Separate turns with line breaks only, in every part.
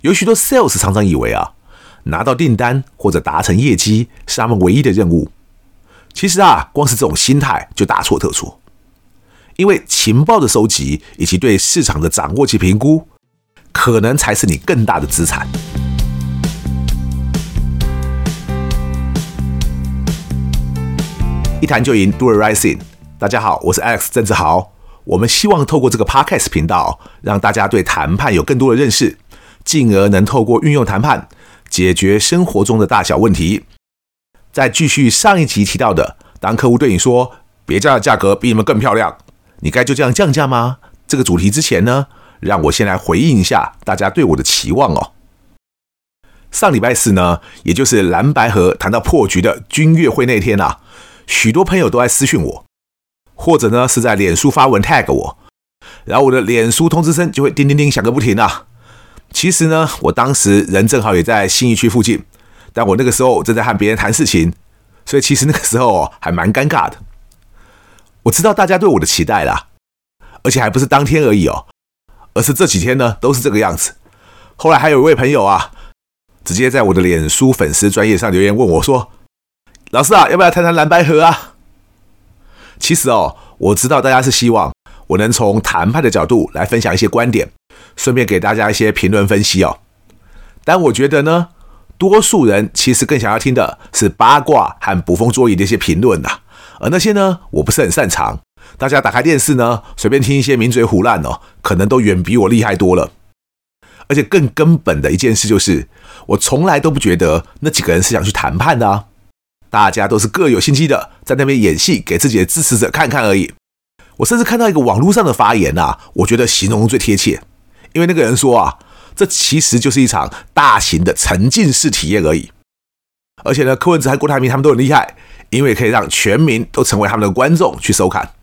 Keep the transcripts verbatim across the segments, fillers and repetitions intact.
有许多 sales 常常以为啊，拿到订单或者达成业绩是他们唯一的任务。其实啊，光是这种心态就大错特错。因为情报的收集以及对市场的掌握及评估，可能才是你更大的资产。一谈就赢 ，Do the right thing。大家好，我是 Alex 郑志豪。我们希望透过这个 Podcast 频道，让大家对谈判有更多的认识，进而能透过运用谈判解决生活中的大小问题。再继续上一集提到的，当客户对你说别家的价格比你们更漂亮，你该就这样降价吗？这个主题之前呢，让我先来回应一下大家对我的期望哦。上礼拜四呢，也就是蓝白合谈到破局的君悦会那天啊，许多朋友都在私讯我，或者呢是在脸书发文 tag 我，然后我的脸书通知声就会叮叮叮响个不停啊。其实呢，我当时人正好也在信义区附近，但我那个时候正在和别人谈事情，所以其实那个时候还蛮尴尬的。我知道大家对我的期待啦，而且还不是当天而已哦，而是这几天呢都是这个样子。后来还有一位朋友啊，直接在我的脸书粉丝专页上留言问我说：“老师啊，要不要谈谈蓝白合啊？”其实哦，我知道大家是希望我能从谈判的角度来分享一些观点，顺便给大家一些评论分析哦。但我觉得呢，多数人其实更想要听的是八卦和捕风捉影的一些评论啊。而那些呢，我不是很擅长。大家打开电视呢，随便听一些名嘴唬烂哦，可能都远比我厉害多了。而且更根本的一件事就是，我从来都不觉得那几个人是想去谈判的啊。大家都是各有心机的，在那边演戏给自己的支持者看看而已。我甚至看到一个网络上的发言啊，我觉得形容最贴切。因为那个人说啊，这其实就是一场大型的沉浸式体验而已。而且呢，柯文哲和郭台铭他们都很厉害，因为可以让全民都成为他们的观众去收看。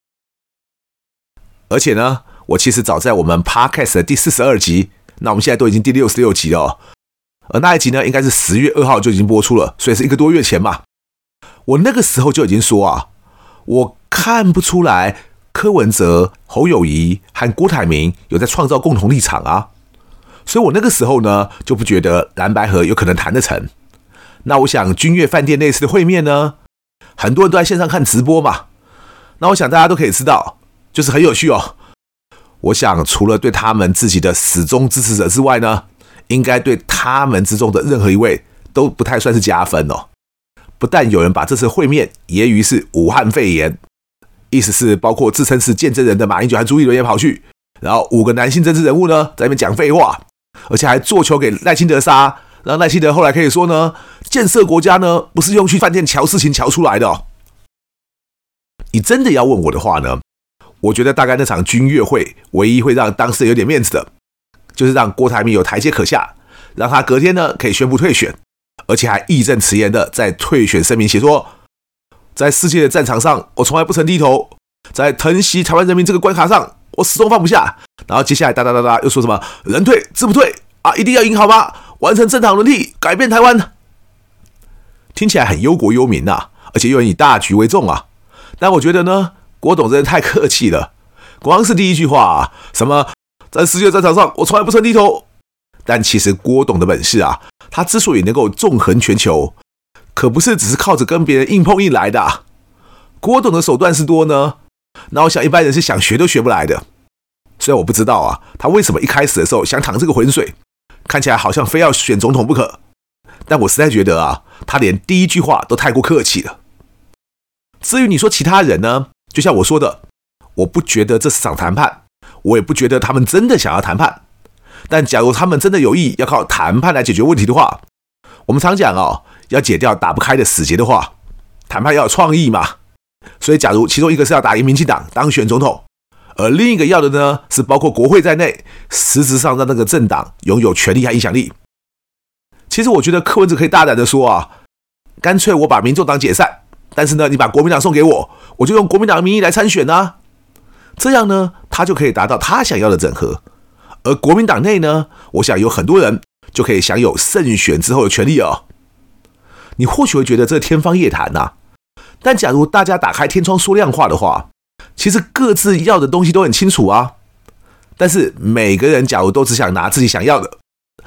而且呢，我其实早在我们 Podcast 的第四十二集，那我们现在都已经第六十六集了哦。而那一集呢，应该是十月二号就已经播出了，所以是一个多月前嘛。我那个时候就已经说啊，我看不出来柯文哲、侯友宜和郭台铭有在创造共同立场啊。所以我那个时候呢，就不觉得蓝白合有可能谈得成。那我想君悦饭店那次的会面呢，很多人都在线上看直播嘛。那我想大家都可以知道，就是很有趣哦。我想除了对他们自己的死忠支持者之外呢，应该对他们之中的任何一位都不太算是加分哦。不但有人把这次会面揶揄是武汉肺炎，意思是包括自称是见证人的马英九和朱立伦也跑去，然后五个男性政治人物呢在那边讲废话，而且还做球给赖清德杀。让赖清德后来可以说呢，建设国家呢不是用去饭店瞧事情瞧出来的哦。你真的要问我的话呢，我觉得大概那场君悦会唯一会让当事人有点面子的，就是让郭台铭有台阶可下，让他隔天呢可以宣布退选，而且还义正辞严的在退选声明写说，在世界的战场上我从来不曾低头，在疼惜台湾人民这个关卡上我始终放不下。然后接下来哒哒哒哒又说什么人退志不退啊，一定要赢好吗？完成政党轮替，改变台湾，听起来很忧国忧民啊，而且又以大局为重啊。但我觉得呢，郭董真的太客气了。光是第一句话啊，什么在世界战场上我从来不曾低头，但其实郭董的本事啊，他之所以能够纵横全球，可不是只是靠着跟别人硬碰硬来的啊。郭董的手段是多呢，那我想一般人是想学都学不来的。虽然我不知道啊，他为什么一开始的时候想淌这个浑水，看起来好像非要选总统不可，但我实在觉得啊，他连第一句话都太过客气了。至于你说其他人呢，就像我说的，我不觉得这是场谈判，我也不觉得他们真的想要谈判。但假如他们真的有意要靠谈判来解决问题的话，我们常讲哦，要解掉打不开的死结的话，谈判要有创意嘛。所以假如其中一个是要打赢民进党当选总统，而另一个要的呢，是包括国会在内，实质上让那个政党拥有权力和影响力。其实我觉得柯文哲可以大胆的说啊，干脆我把民众党解散，但是呢，你把国民党送给我，我就用国民党的名义来参选啊。这样呢，他就可以达到他想要的整合。而国民党内呢，我想有很多人就可以享有胜选之后的权利哦。你或许会觉得这天方夜谭呐、啊，但假如大家打开天窗说亮话的话，其实各自要的东西都很清楚啊。但是每个人假如都只想拿自己想要的，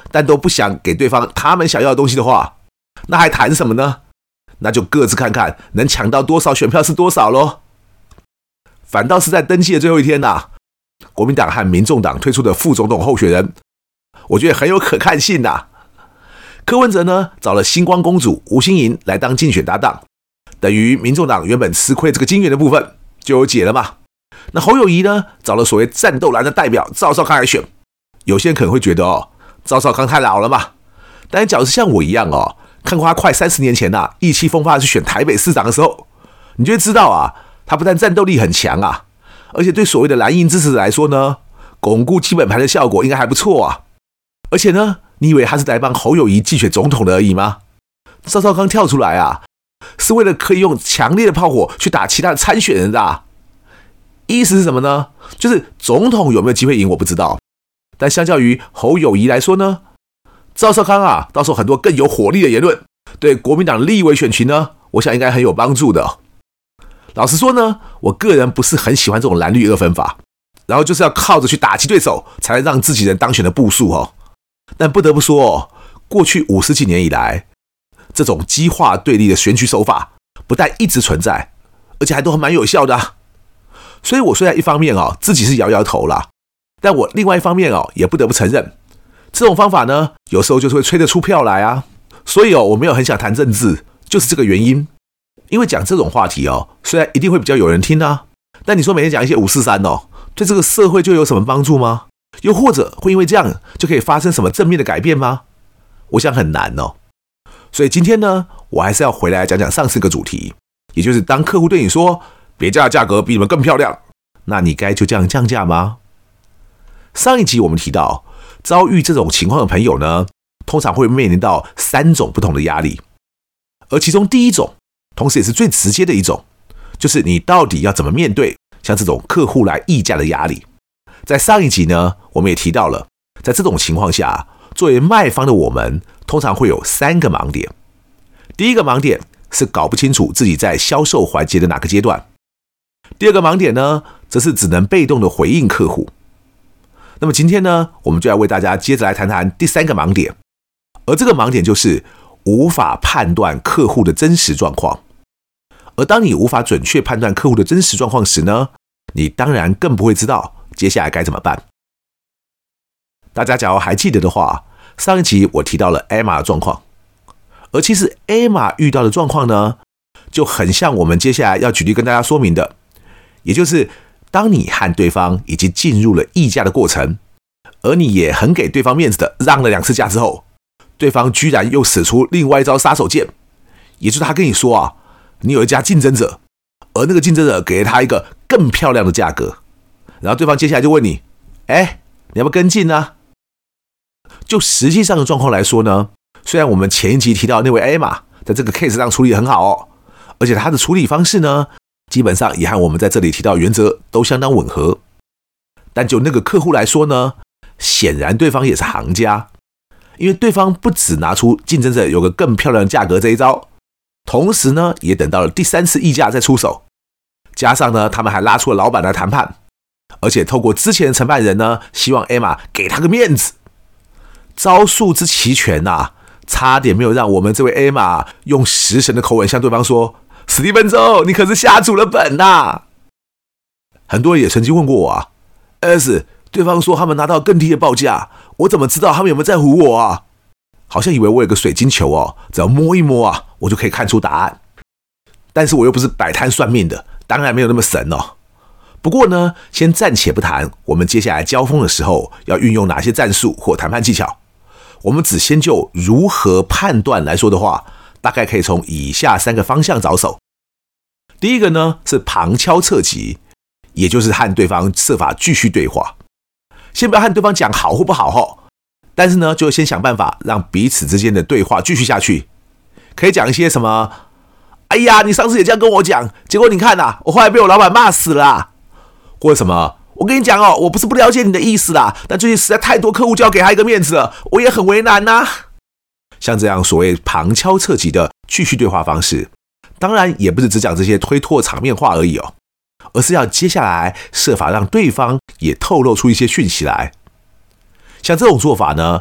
但都不想给对方他们想要的东西的话，那还谈什么呢？那就各自看看能抢到多少选票是多少咯。反倒是在登记的最后一天啊，国民党和民众党推出的副总统候选人，我觉得很有可看性啊。柯文哲呢找了星光公主吴欣盈来当竞选搭档，等于民众党原本吃亏这个金援的部分就有解了嘛。那侯友宜呢找了所谓战斗蓝的代表赵少康来选，有些人可能会觉得哦，赵少康太老了嘛。但是假如是像我一样哦，看过他快三十年前啊意气风发的去选台北市长的时候，你就会知道啊，他不但战斗力很强啊，而且对所谓的蓝营支持者来说呢，巩固基本盘的效果应该还不错啊。而且呢，你以为他是来帮侯友宜竞选总统的而已吗？赵少康跳出来啊，是为了可以用强烈的炮火去打其他的参选人的啊。意思是什么呢？就是总统有没有机会赢我不知道，但相较于侯友宜来说呢，赵少康啊，到时候很多更有火力的言论，对国民党立委选群呢，我想应该很有帮助的。老实说呢，我个人不是很喜欢这种蓝绿二分法，然后就是要靠着去打击对手，才能让自己人当选的步数哦。但不得不说哦，过去五十几年以来，这种激化对立的选举手法，不但一直存在，而且还都还蛮有效的啊。所以我虽然一方面哦自己是摇摇头啦，但我另外一方面哦也不得不承认，这种方法呢有时候就是会吹得出票来啊。所以哦我没有很想谈政治，就是这个原因。因为讲这种话题哦，虽然一定会比较有人听啊，但你说每天讲一些五四三哦，对这个社会就有什么帮助吗？又或者会因为这样就可以发生什么正面的改变吗？我想很难哦。所以今天呢，我还是要回来讲讲上次一个主题，也就是当客户对你说别家的价格比你们更漂亮，那你该就这样降价吗？上一集我们提到，遭遇这种情况的朋友呢，通常会面临到三种不同的压力，而其中第一种，同时也是最直接的一种，就是你到底要怎么面对像这种客户来议价的压力。在上一集呢，我们也提到了，在这种情况下，作为卖方的我们，通常会有三个盲点。第一个盲点是搞不清楚自己在销售环节的哪个阶段。第二个盲点呢，则是只能被动的回应客户。那么今天呢，我们就要为大家接着来谈谈第三个盲点，而这个盲点就是无法判断客户的真实状况。而当你无法准确判断客户的真实状况时呢，你当然更不会知道接下来该怎么办。大家假如还记得的话，上一集我提到了 Emma 的状况，而其实 Emma 遇到的状况呢，就很像我们接下来要举例跟大家说明的，也就是当你和对方已经进入了议价的过程，而你也很给对方面子的让了两次价之后，对方居然又使出另外一招杀手锏，也就是他跟你说啊，你有一家竞争者，而那个竞争者给了他一个更漂亮的价格，然后对方接下来就问你，哎，你要不要跟进呢？就实际上的状况来说呢，虽然我们前一集提到那位 Emma 在这个 case 上处理得很好哦，而且他的处理方式呢，基本上也和我们在这里提到的原则都相当吻合，但就那个客户来说呢，显然对方也是行家，因为对方不只拿出竞争者有个更漂亮的价格这一招，同时呢也等到了第三次议价再出手，加上呢他们还拉出了老板来谈判，而且透过之前的承办人呢，希望 Emma 给他个面子，招数之齐全啊，差点没有让我们这位 Emma 用食神的口吻向对方说，史蒂芬周，你可是下足了本啊。很多人也曾经问过我啊 S， 对方说他们拿到更低的报价，我怎么知道他们有没有在唬我啊？好像以为我有个水晶球哦，只要摸一摸啊，我就可以看出答案。但是我又不是摆摊算命的，当然没有那么神哦。不过呢，先暂且不谈我们接下来交锋的时候要运用哪些战术或谈判技巧，我们只先就如何判断来说的话，大概可以从以下三个方向着手。第一个呢是旁敲侧击，也就是和对方设法继续对话。先不要和对方讲好或不好后，但是呢就先想办法让彼此之间的对话继续下去。可以讲一些什么，哎呀，你上次也这样跟我讲，结果你看啊，我后来被我老板骂死了啊。或者什么，我跟你讲哦，我不是不了解你的意思啦，但最近实在太多客户就要给他一个面子了，我也很为难呐、啊。像这样所谓旁敲侧击的继续对话方式，当然也不是只讲这些推脱场面话而已哦，而是要接下来设法让对方也透露出一些讯息来。像这种做法呢，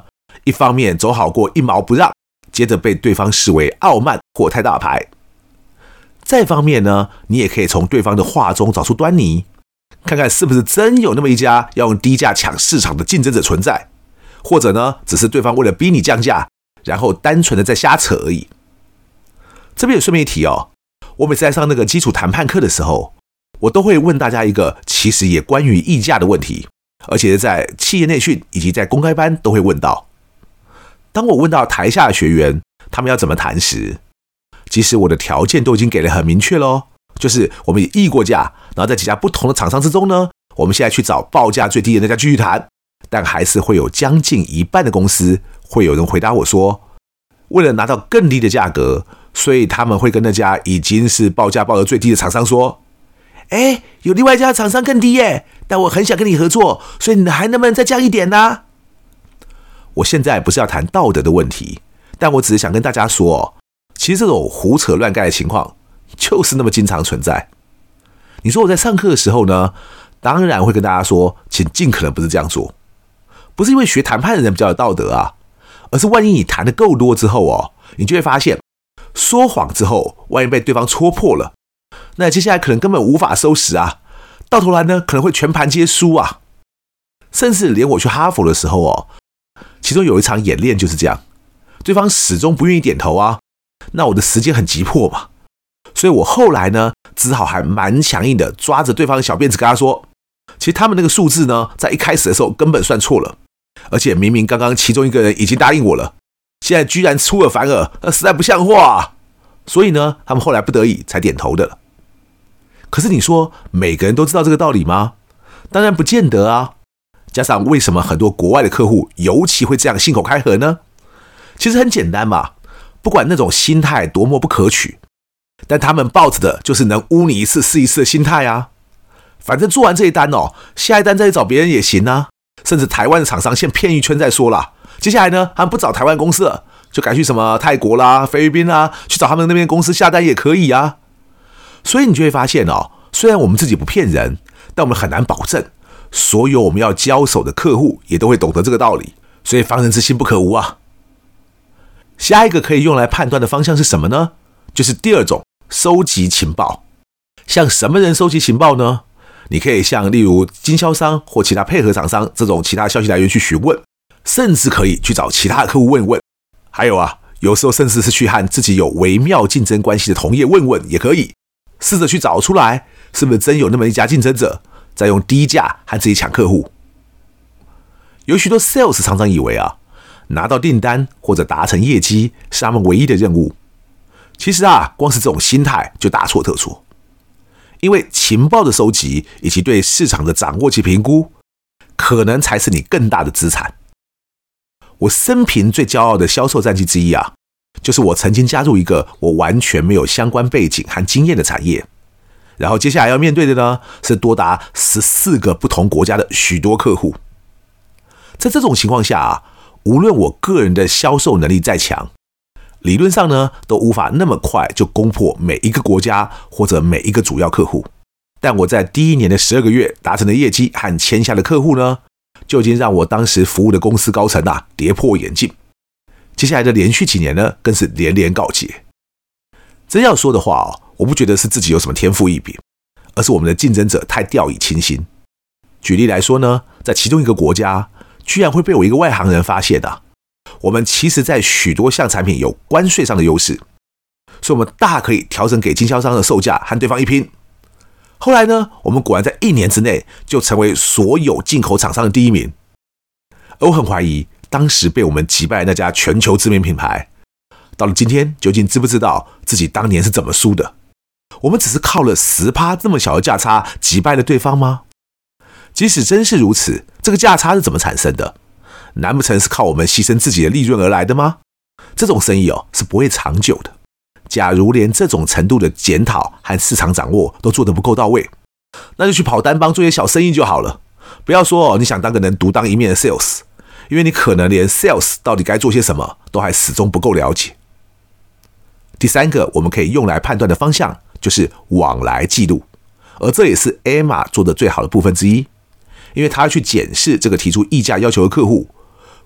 一方面总好过一毛不让，接着被对方视为傲慢或太大牌。再方面呢，你也可以从对方的话中找出端倪，看看是不是真有那么一家要用低价抢市场的竞争者存在，或者呢，只是对方为了逼你降价，然后单纯的在瞎扯而已。这边也顺便一提哦，我每次在上那个基础谈判课的时候，我都会问大家一个其实也关于议价的问题，而且在企业内训以及在公开班都会问到。当我问到台下的学员他们要怎么谈时，其实我的条件都已经给得很明确咯，就是我们也议过价，然后在几家不同的厂商之中呢，我们现在去找报价最低的那家继续谈，但还是会有将近一半的公司会有人回答我说，为了拿到更低的价格，所以他们会跟那家已经是报价报得最低的厂商说，哎，有另外一家厂商更低耶，但我很想跟你合作，所以你还能不能再降一点呢？我现在不是要谈道德的问题，但我只是想跟大家说，其实这种胡扯乱盖的情况就是那么经常存在。你说我在上课的时候呢，当然会跟大家说，请尽可能不是这样做，不是因为学谈判的人比较有道德啊，而是万一你谈的够多之后哦，你就会发现，说谎之后，万一被对方戳破了，那接下来可能根本无法收拾啊，到头来呢，可能会全盘皆输啊。甚至连我去哈佛的时候哦，其中有一场演练就是这样，对方始终不愿意点头啊，那我的时间很急迫嘛，所以我后来呢，只好还蛮强硬的抓着对方的小辫子跟他说，其实他们那个数字呢，在一开始的时候根本算错了，而且明明刚刚其中一个人已经答应我了，现在居然出尔反尔，那实在不像话啊。所以呢，他们后来不得已才点头的了。可是你说每个人都知道这个道理吗？当然不见得啊。加上为什么很多国外的客户尤其会这样信口开河呢？其实很简单嘛，不管那种心态多么不可取，但他们抱着的就是能污你一次是一次的心态啊。反正做完这一单哦，下一单再去找别人也行啊。甚至台湾的厂商先骗一圈再说啦。接下来呢，他们不找台湾公司了，就改去什么泰国啦、菲律宾啦，去找他们那边公司下单也可以啊。所以你就会发现哦，虽然我们自己不骗人，但我们很难保证所有我们要交手的客户也都会懂得这个道理。所以防人之心不可无啊。下一个可以用来判断的方向是什么呢？就是第二种，收集情报。向什么人收集情报呢？你可以向例如经销商或其他配合厂商这种其他消息来源去询问，甚至可以去找其他的客户问问。还有啊，有时候甚至是去和自己有微妙竞争关系的同业问问也可以，试着去找出来是不是真有那么一家竞争者在用低价和自己抢客户。有许多 sales 常常以为啊，拿到订单或者达成业绩是他们唯一的任务。其实啊，光是这种心态就大错特错。因为情报的收集以及对市场的掌握及评估，可能才是你更大的资产。我生平最骄傲的销售战绩之一啊，就是我曾经加入一个我完全没有相关背景和经验的产业，然后接下来要面对的呢，是多达十四个不同国家的许多客户。在这种情况下啊，无论我个人的销售能力再强，理论上呢，都无法那么快就攻破每一个国家或者每一个主要客户。但我在第一年的十二个月达成的业绩和签下的客户呢，就已经让我当时服务的公司高层啊跌破眼镜。接下来的连续几年呢，更是连连告捷。真要说的话哦，我不觉得是自己有什么天赋异禀，而是我们的竞争者太掉以轻心。举例来说呢，在其中一个国家，居然会被我一个外行人发现的、啊。我们其实在许多项产品有关税上的优势，所以我们大可以调整给经销商的售价和对方一拼。后来呢，我们果然在一年之内就成为所有进口厂商的第一名。而我很怀疑，当时被我们击败的那家全球知名品牌，到了今天究竟知不知道自己当年是怎么输的？我们只是靠了 百分之十 这么小的价差击败了对方吗？即使真是如此，这个价差是怎么产生的？难不成是靠我们牺牲自己的利润而来的吗？这种生意哦是不会长久的。假如连这种程度的检讨和市场掌握都做得不够到位，那就去跑单帮做些小生意就好了。不要说哦，你想当个能独当一面的 sales， 因为你可能连 sales 到底该做些什么都还始终不够了解。第三个我们可以用来判断的方向就是往来记录，而这也是 Emma 做的最好的部分之一，因为他要去检视这个提出议价要求的客户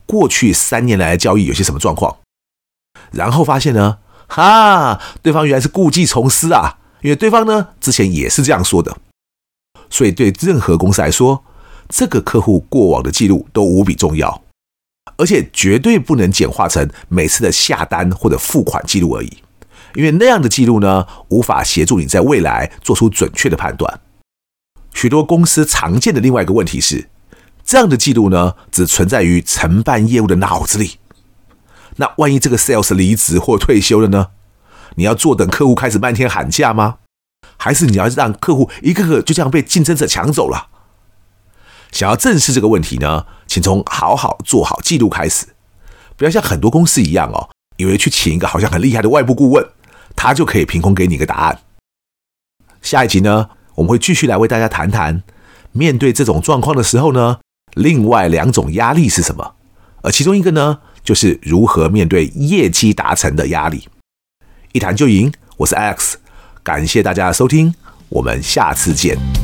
过去三年来的交易有些什么状况。然后发现呢，哈，对方原来是故技重施啊，因为对方呢之前也是这样说的。所以对任何公司来说，这个客户过往的记录都无比重要，而且绝对不能简化成每次的下单或者付款记录而已，因为那样的记录呢，无法协助你在未来做出准确的判断。许多公司常见的另外一个问题是，这样的记录呢，只存在于承办业务的脑子里。那万一这个 sales 离职或退休了呢？你要坐等客户开始漫天喊价吗？还是你要让客户一个个就这样被竞争者抢走了？想要正视这个问题呢，请从好好做好记录开始，不要像很多公司一样哦，以为去请一个好像很厉害的外部顾问，他就可以凭空给你一个答案。下一集呢，我们会继续来为大家谈谈，面对这种状况的时候呢，另外两种压力是什么？而其中一个呢，就是如何面对业绩达成的压力。一谈就赢，我是 Alex，感谢大家的收听，我们下次见。